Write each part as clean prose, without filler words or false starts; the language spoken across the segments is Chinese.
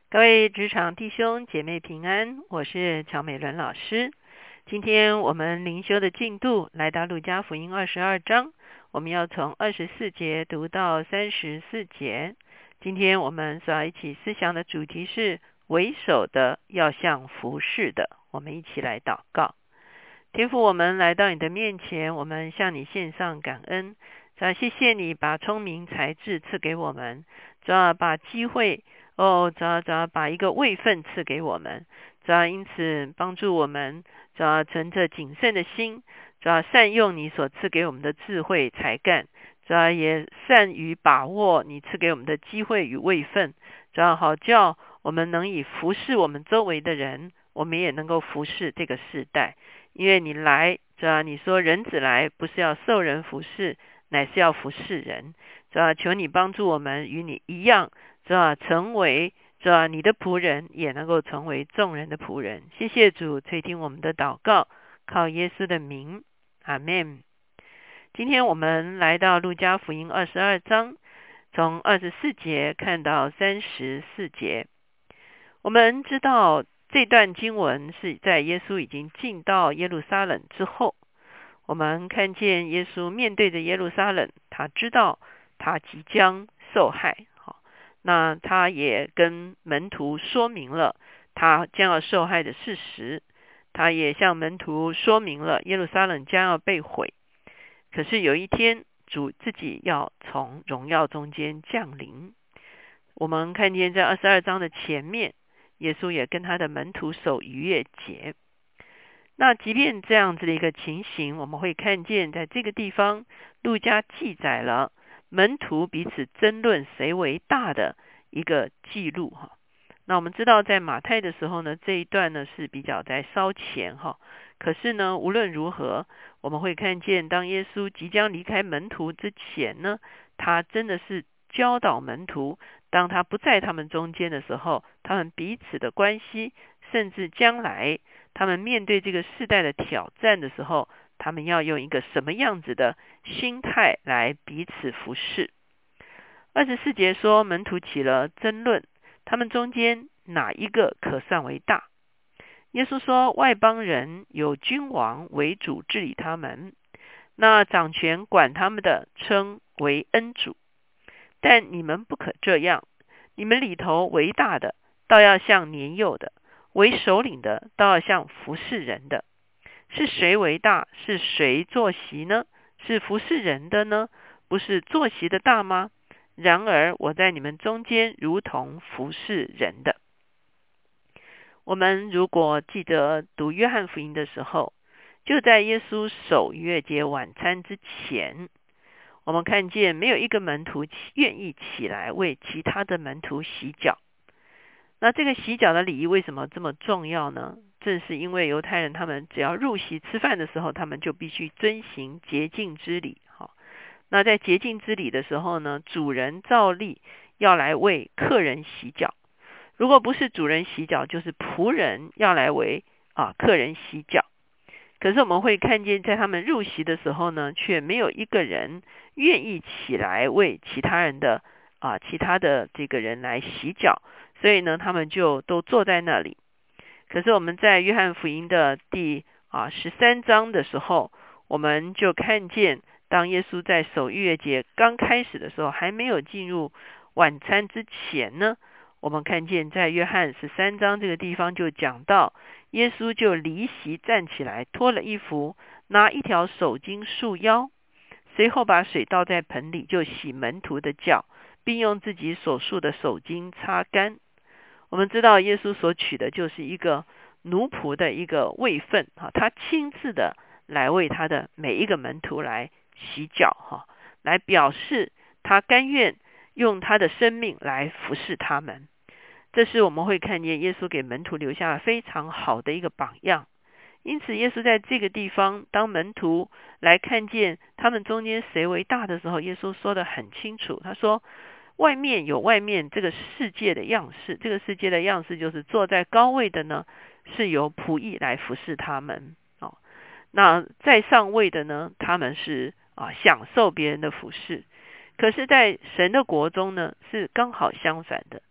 各位职场弟兄姐妹平安，我是乔美伦老师。今天我们灵修的进度来到路加福音22章，我们要从24节读到34节。今天我们所要一起思想的主题是为首的要像服侍的。我们一起来祷告。天父，我们来到你的面前，我们向你献上感恩。主，谢谢你把聪明才智赐给我们，主，把机会主，把一个位分赐给我们，主，因此帮助我们，主，存着谨慎的心，主，善用你所赐给我们的智慧才干，主，也善于把握你赐给我们的机会与位分，主，好叫我们能以服侍我们周围的人，我们也能够服侍这个世代。因为你来，主，你说人子来不是要受人服侍，乃是要服侍人。主，求你帮助我们与你一样，主，成为你的仆人，也能够成为众人的仆人。谢谢主垂听我们的祷告，靠耶稣的名，阿们。今天我们来到路加福音22章，从24节看到34节。我们知道这段经文是在耶稣已经进到耶路撒冷之后，我们看见耶稣面对着耶路撒冷，他知道他即将受害，那他也跟门徒说明了他将要受害的事实，他也向门徒说明了耶路撒冷将要被毁。可是有一天，主自己要从荣耀中间降临。我们看见在22章的前面，耶稣也跟他的门徒守逾越节。那即便这样子的一个情形，我们会看见在这个地方，路加记载了门徒彼此争论谁为大的一个记录。那我们知道在马太的时候呢，这一段呢是比较在稍前。可是呢，无论如何，我们会看见当耶稣即将离开门徒之前呢，他真的是教导门徒，当他不在他们中间的时候，他们彼此的关系，甚至将来他们面对这个世代的挑战的时候，他们要用一个什么样子的心态来彼此服侍。24节说，门徒起了争论，他们中间哪一个可算为大？耶稣说，外邦人有君王为主治理他们，那掌权管他们的称为恩主。但你们不可这样，你们里头为大的，倒要像年幼的；为首领的，倒要像服侍人的。是谁为大？是谁坐席呢？是服侍人的呢？不是坐席的大吗？然而我在你们中间如同服侍人的。我们如果记得读约翰福音的时候，就在耶稣守逾越节晚餐之前，我们看见没有一个门徒愿意起来为其他的门徒洗脚。那这个洗脚的礼仪为什么这么重要呢？正是因为犹太人他们只要入席吃饭的时候，他们就必须遵行洁净之礼。那在洁净之礼的时候呢，主人照例要来为客人洗脚。如果不是主人洗脚，就是仆人要来为客人洗脚。可是我们会看见在他们入席的时候呢，却没有一个人愿意起来为其他的这个人来洗脚，所以呢，他们就都坐在那里。可是我们在约翰福音的第13章的时候，我们就看见当耶稣在守逾越节刚开始的时候，还没有进入晚餐之前呢，我们看见在约翰13章这个地方就讲到，耶稣就离席站起来，脱了衣服，拿一条手巾束腰，随后把水倒在盆里，就洗门徒的脚，并用自己所束的手巾擦干。我们知道耶稣所取的就是一个奴仆的一个位分，他亲自的来为他的每一个门徒来洗脚，来表示他甘愿用他的生命来服侍他们。这是我们会看见耶稣给门徒留下了非常好的一个榜样。因此耶稣在这个地方，当门徒来看见他们中间谁为大的时候，耶稣说得很清楚，他说外面有外面这个世界的样式，这个世界的样式就是坐在高位的呢，是由仆役来服侍他们。那在上位的呢，他们是享受别人的服侍。可是在神的国中呢，是刚好相反的。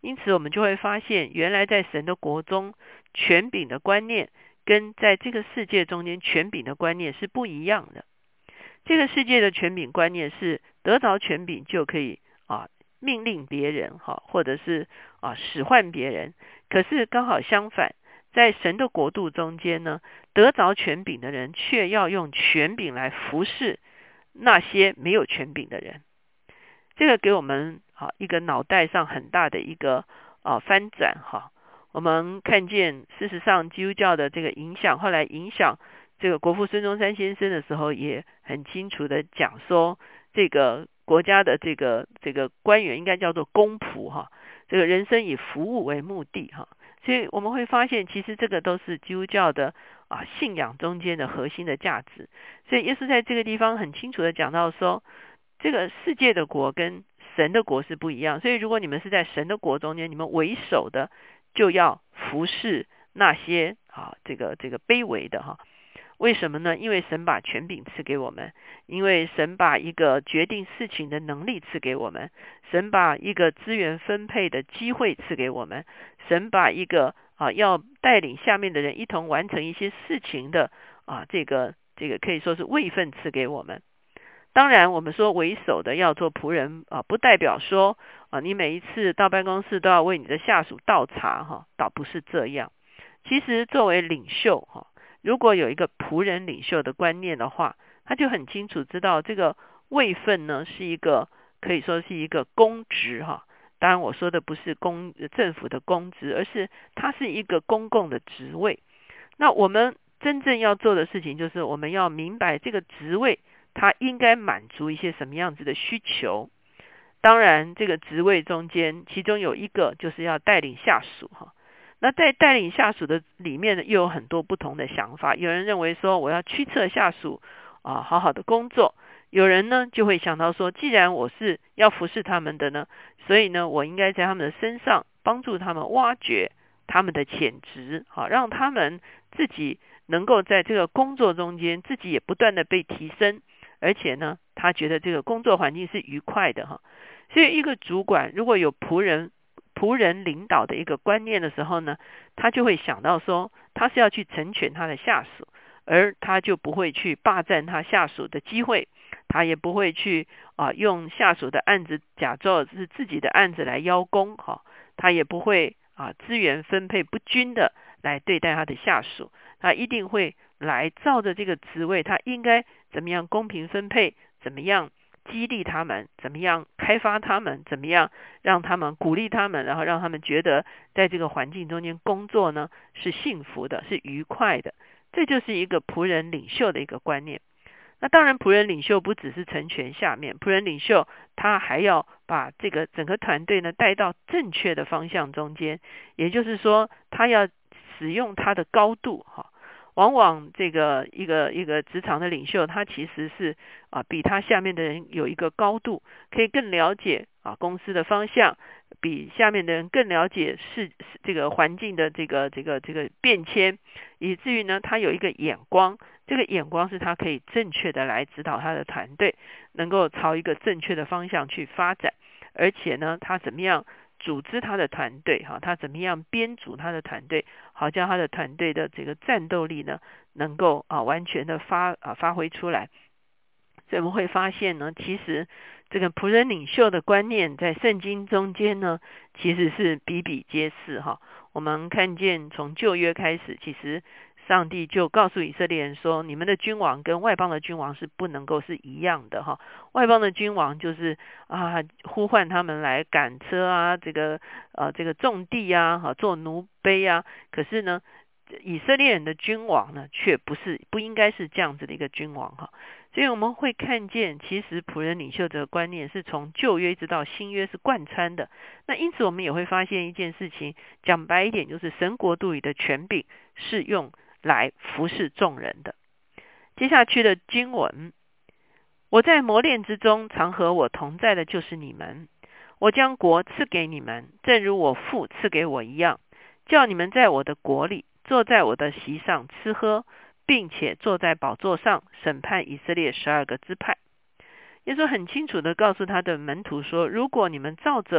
因此我们就会发现，原来在神的国中，权柄的观念跟在这个世界中间权柄的观念是不一样的。这个世界的权柄观念是得着权柄就可以命令别人或者是使唤别人。可是刚好相反，在神的国度中间呢，得着权柄的人却要用权柄来服侍那些没有权柄的人。这个给我们一个脑袋上很大的一个翻转我们看见事实上基督教的这个影响，后来影响这个国父孙中山先生的时候，也很清楚的讲说，这个国家的这个官员应该叫做公仆这个人生以服务为目的所以我们会发现，其实这个都是基督教的信仰中间的核心的价值。所以耶稣在这个地方很清楚的讲到说，这个世界的国跟神的国是不一样。所以如果你们是在神的国中间，你们为首的就要服侍那些这个卑微的为什么呢？因为神把权柄赐给我们，因为神把一个决定事情的能力赐给我们，神把一个资源分配的机会赐给我们，神把一个要带领下面的人一同完成一些事情的这个可以说是位分赐给我们。当然我们说为首的要做仆人不代表说你每一次到办公室都要为你的下属倒茶倒不是这样。其实作为领袖如果有一个仆人领袖的观念的话，他就很清楚知道这个位分呢是一个可以说是一个公职当然我说的不是政府的公职，而是它是一个公共的职位。那我们真正要做的事情就是我们要明白这个职位它应该满足一些什么样子的需求。当然这个职位中间其中有一个就是要带领下属那在带领下属的里面呢，又有很多不同的想法。有人认为说我要驱策下属好好的工作，有人呢就会想到说，既然我是要服侍他们的呢，所以呢我应该在他们的身上帮助他们挖掘他们的潜质让他们自己能够在这个工作中间自己也不断的被提升，而且呢他觉得这个工作环境是愉快的所以一个主管如果有仆人领导的一个观念的时候呢，他就会想到说他是要去成全他的下属，而他就不会去霸占他下属的机会，他也不会去用下属的案子假装是自己的案子来邀功他也不会资源分配不均的来对待他的下属，他一定会来照着这个职位他应该怎么样公平分配，怎么样激励他们，怎么样开发他们，怎么样让他们鼓励他们，然后让他们觉得在这个环境中间工作呢是幸福的，是愉快的。这就是一个仆人领袖的一个观念。那当然仆人领袖不只是成全下面，仆人领袖他还要把这个整个团队呢带到正确的方向中间，也就是说他要使用他的高度往往这个一个职场的领袖，他其实是比他下面的人有一个高度，可以更了解公司的方向，比下面的人更了解这个环境的这个变迁，以至于呢他有一个眼光，这个眼光是他可以正确的来指导他的团队，能够朝一个正确的方向去发展，而且呢他怎么样组织他的团队他怎么样编组他的团队，好叫他的团队的这个战斗力呢能够完全的发挥出来。所以我们会发现呢，其实这个仆人领袖的观念在圣经中间呢其实是比比皆是我们看见从旧约开始，其实上帝就告诉以色列人说，你们的君王跟外邦的君王是不能够是一样的外邦的君王就是呼唤他们来赶车这个种地做奴婢可是呢以色列人的君王呢却不应该是这样子的一个君王所以我们会看见其实仆人领袖这个观念是从旧约一直到新约是贯穿的。那因此我们也会发现一件事情，讲白一点就是神国度里的权柄是用来服侍众人的。接下去的经文，我在磨练之中常和我同在的就是你们，我将国赐给你们，正如我父赐给我一样，叫你们在我的国里坐在我的席上吃喝，并且坐在宝座上审判以色列12个支派。耶稣很清楚的告诉他的门徒说，如果你们照着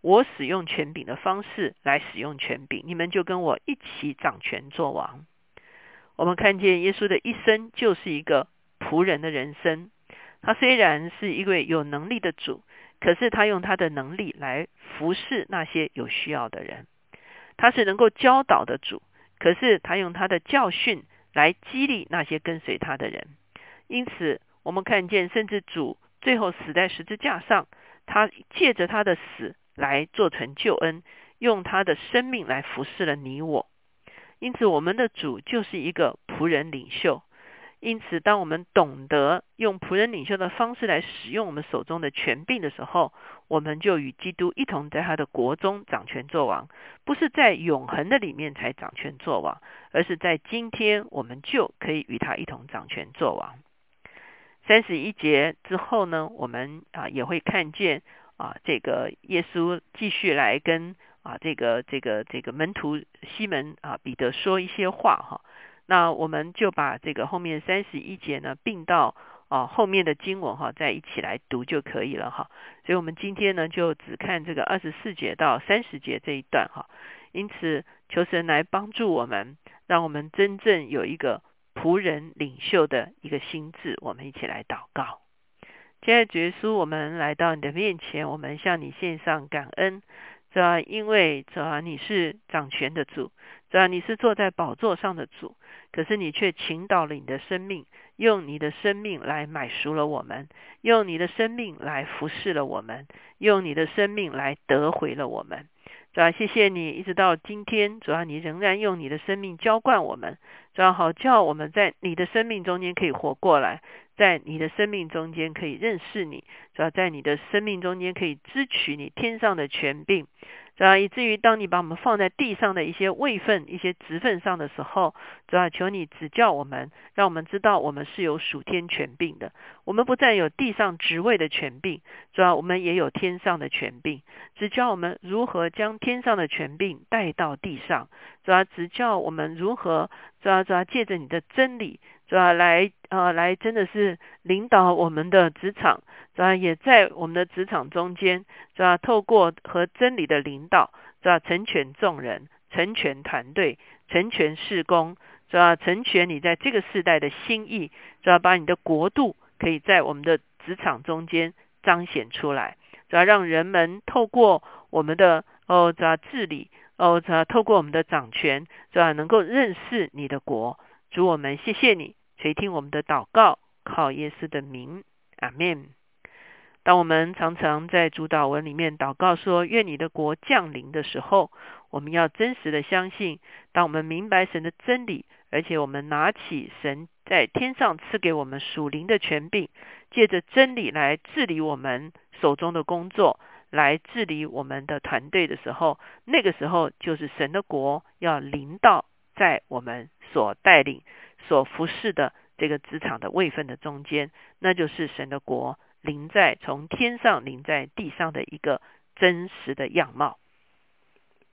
我使用权柄的方式来使用权柄，你们就跟我一起掌权作王。我们看见耶稣的一生就是一个仆人的人生，他虽然是一位有能力的主，可是他用他的能力来服侍那些有需要的人。他是能够教导的主，可是他用他的教训来激励那些跟随他的人。因此我们看见甚至主最后死在十字架上，他借着他的死来做成救恩，用他的生命来服侍了你我。因此我们的主就是一个仆人领袖。因此当我们懂得用仆人领袖的方式来使用我们手中的权柄的时候，我们就与基督一同在他的国中掌权作王，不是在永恒的里面才掌权作王，而是在今天我们就可以与他一同掌权作王。31节之后呢，我们也会看见这个耶稣继续来跟这个门徒西门彼得说一些话那我们就把这个后面31节呢并到后面的经文再一起来读就可以了所以我们今天呢就只看这个24节到30节这一段因此求神来帮助我们，让我们真正有一个仆人领袖的一个心志。我们一起来祷告。亲爱的主耶稣，我们来到你的面前，我们向你献上感恩。因为你是掌权的主，你是坐在宝座上的主，可是你却倾倒了你的生命，用你的生命来买赎了我们，用你的生命来服侍了我们，用你的生命来得回了我们。谢谢你一直到今天，你仍然用你的生命浇灌我们，好叫我们在你的生命中间可以活过来，在你的生命中间可以认识你，在你的生命中间可以支取你天上的权柄，以至于当你把我们放在地上的一些位分、一些职分上的时候，求你指教我们，让我们知道我们是有属天权柄的。我们不但有地上职位的权柄，我们也有天上的权柄。指教我们如何将天上的权柄带到地上，指教我们如何借着你的真理来真的是领导我们的职场，也在我们的职场中间透过和真理的领导成全众人，成全团队，成全事工，成全你在这个世代的心意，把你的国度可以在我们的职场中间彰显出来，让人们透过我们的治理透过我们的掌权能够认识你的国。主，我们谢谢你垂听我们的祷告，靠耶稣的名，阿们。当我们常常在主祷文里面祷告说愿你的国降临的时候，我们要真实的相信，当我们明白神的真理，而且我们拿起神在天上赐给我们属灵的权柄，借着真理来治理我们手中的工作，来治理我们的团队的时候，那个时候就是神的国要临到在我们所带领所服侍的这个职场的位分的中间，那就是神的国从天上临在地上的一个真实的样貌。